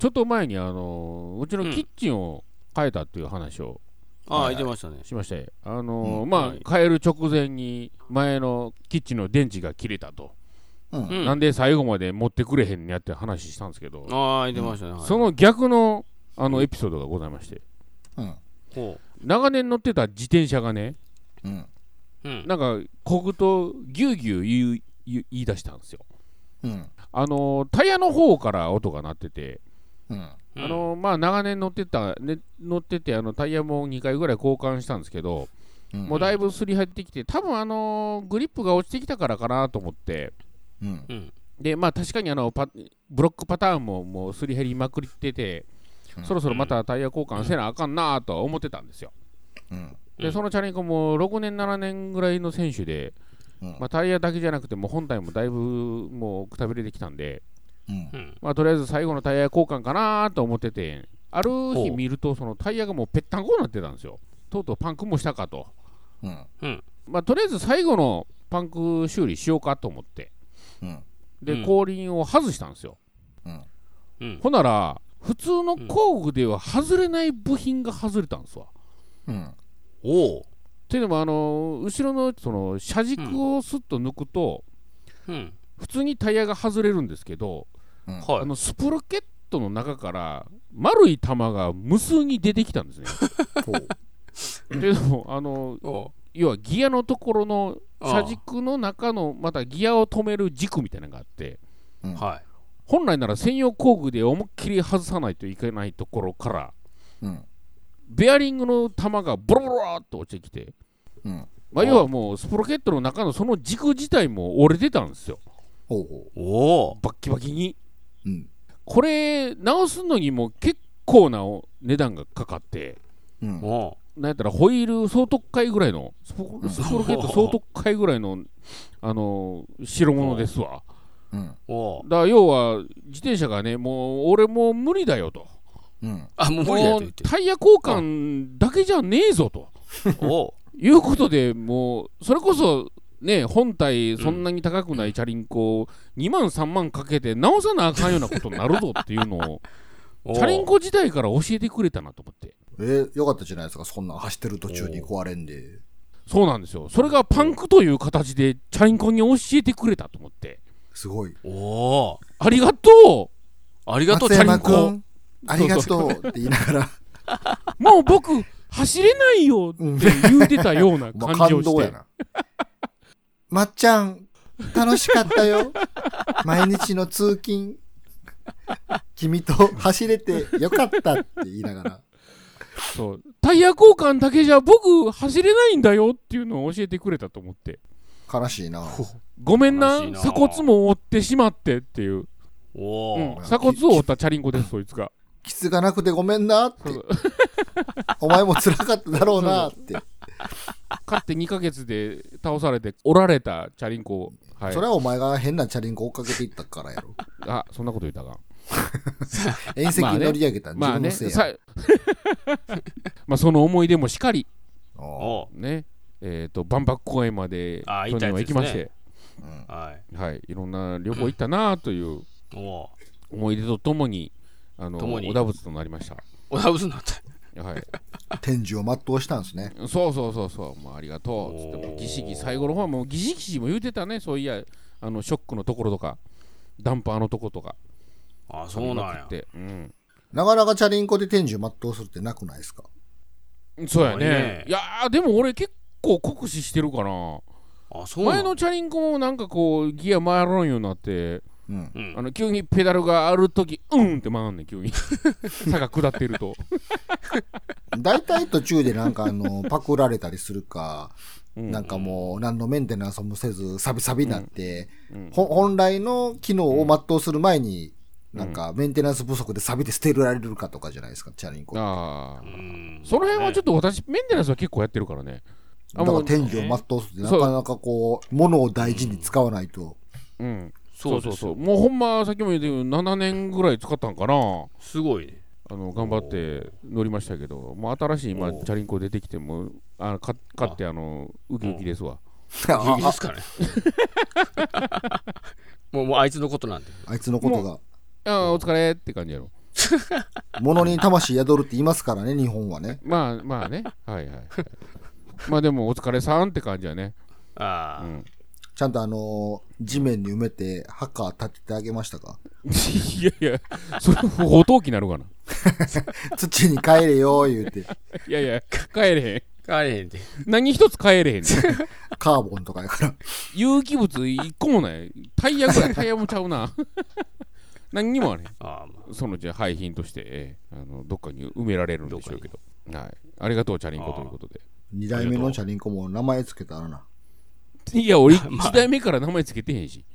ちょっと前にうちのキッチンを変えたっていう話を、 言ってましたね。 しましたよ。まあ、変える直前に前のキッチンの電池が切れたと。なんで最後まで持ってくれへんやって話したんですけど、 言ってましたね。 その逆のエピソードがございまして、長年乗ってた自転車がね、なんかこぐとギューギュー言い出したんですよ。タイヤの方から音が鳴ってて、まあ長年乗っててタイヤも2回ぐらい交換したんですけど、もうだいぶすり減ってきて、多分グリップが落ちてきたからかなと思って、でまあ確かにブロックパターンももうすり減りまくってて、そろそろまたタイヤ交換せなあかんなとは思ってたんですよ。でそのチャリンコも6年7年ぐらいの選手で、まあ、タイヤだけじゃなくてもう本体もだいぶもうくたびれてきたんで、まあとりあえず最後のタイヤ交換かなと思ってて、ある日見るとそのタイヤがもうぺったんこになってたんですよ。とうとうパンクもしたかと、まあとりあえず最後のパンク修理しようかと思って、で後輪を外したんですよ。ほんなら普通の工具では外れない部品が外れたんですわ。っていうのも後ろのその車軸をスッと抜くと、普通にタイヤが外れるんですけど、スプロケットの中から丸い玉が無数に出てきたんですね。っていうのも要はギアのところの車軸の中のまたギアを止める軸みたいなのがあって、本来なら専用工具で思いっきり外さないといけないところから、ベアリングの玉がボロボロっと落ちてきて、まあ、要はもうスプロケットの中のその軸自体も折れてたんですよ。バッキバキに。これ直すのにも結構な値段がかかって、なんやったらホイール総特会ぐらいのスプロケット総特会ぐらいの代物ですわ。だから要は自転車がね、もう俺もう無理だよと、 もう無理だよと言って、 タイヤ交換だけじゃねえぞということで、もうそれこそね、本体そんなに高くないチャリンコを2万3万かけて直さなあかんようなことになるぞっていうのをチャリンコ自体から教えてくれたなと思って。 よかったじゃないですか、そんなん走ってる途中に壊れんで。 そうなんですよ。それがパンクという形でチャリンコに教えてくれたと思って、 すごい。 ありがとうチャリンコありがとうって言いながらもう僕走れないよって言うてたような感じをして、 感動やな。まっちゃん楽しかったよ毎日の通勤君と走れてよかったって言いながら、 そうタイヤ交換だけじゃ僕走れないんだよっていうのを教えてくれたと思って、 悲しいな。 ごめんな、鎖骨も折ってしまってっていう、鎖骨を折ったチャリンコです、そいつが。 キスがなくてごめんなってお前も辛かっただろうなって買って2ヶ月で倒されて折られたチャリンコ、 それはお前が変なチャリンコ追っかけていったからやろ。 そんなこと言ったか縁石に乗り上げた自分のせいや。 まあその思い出もしかりね、万博公園まで去年は行きまして、いろんな旅行行ったなという思い出とともにおだぶつとなりました。 おだぶつになった。 天寿を全うしたんですね。 そう、まあ、ありがとうっつっても、儀式最後の方はもう儀式も言うてたね。そういやショックのところとかダンパーのところとか。 そうなんや。 なかなかチャリンコで天寿全うするってなくないですか。 そうやね。いやでも俺結構酷使してるかな。前のチャリンコもなんかこうギア回らんようになって、急にペダルがあるときって回んねん、急に坂下っているとだいたい途中でなんかパクられたりするか、なんかもう何のメンテナンスもせずサビサビになって、本来の機能を全うする前になんかメンテナンス不足で錆びて捨てられるかとかじゃないですか、チャリンコ。 その辺はちょっと私メンテナンスは結構やってるからね。 だから天寿を全うするってなかなかこう物を大事に使わないと。 そうもうほんまさっきも言ったように7年ぐらい使ったんかな。 すごいね。 頑張って乗りましたけど、もう新しい今チャリンコ出てきても買ってウキウキですわ。 ウキウキですかねもうあいつのことなんで。 あいつのことがお疲れって感じやろ物に魂宿るって言いますからね、日本はね。 まあね。はいはい。まあでもお疲れさんって感じはね。 ああ、 ちゃんと地面に埋めてハッカー立ててあげましたか？ いや、それ不法投棄なるかな。 土に帰れよ言うて。 いや、帰れへん。 帰れへんで。 何一つ帰れへんね。 カーボンとかやから。 有機物一個もない。タイヤぐらい、タイヤもちゃうな。何にもあれ。そのじゃあ廃品として、どっかに埋められるんでしょうけど。はい。ありがとう、チャリンコということで。 2代目のチャリンコも名前つけたらな。 いや、俺1代目から名前つけてへんし。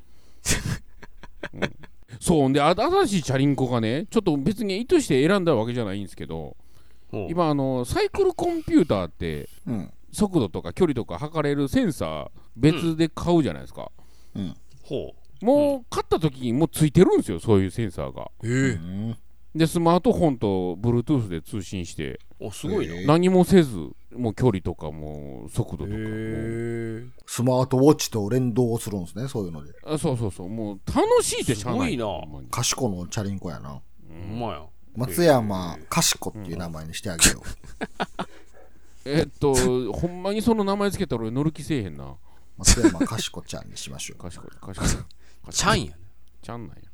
そう。で、新しいチャリンコがね、ちょっと別に意図して選んだわけじゃないんですけど、今サイクルコンピューターって、速度とか距離とか測れるセンサー別で買うじゃないですか。もう買った時にもうついてるんですよ、そういうセンサーが。でスマートフォンと Bluetooth で通信して、 すごいな。 何もせず、もう距離とかも速度とかもスマートウォッチと連動するんですね、そういうので。 そうもう楽しいってしゃあない。 すごいな。 賢のチャリンコやな。 ほんまや。 松山賢っていう名前にしてあげよう。ほんまにその名前つけたら俺乗る気せえへんな。 松山賢ちゃんにしましょう。 賢ちゃんやね。 ちゃんなんや。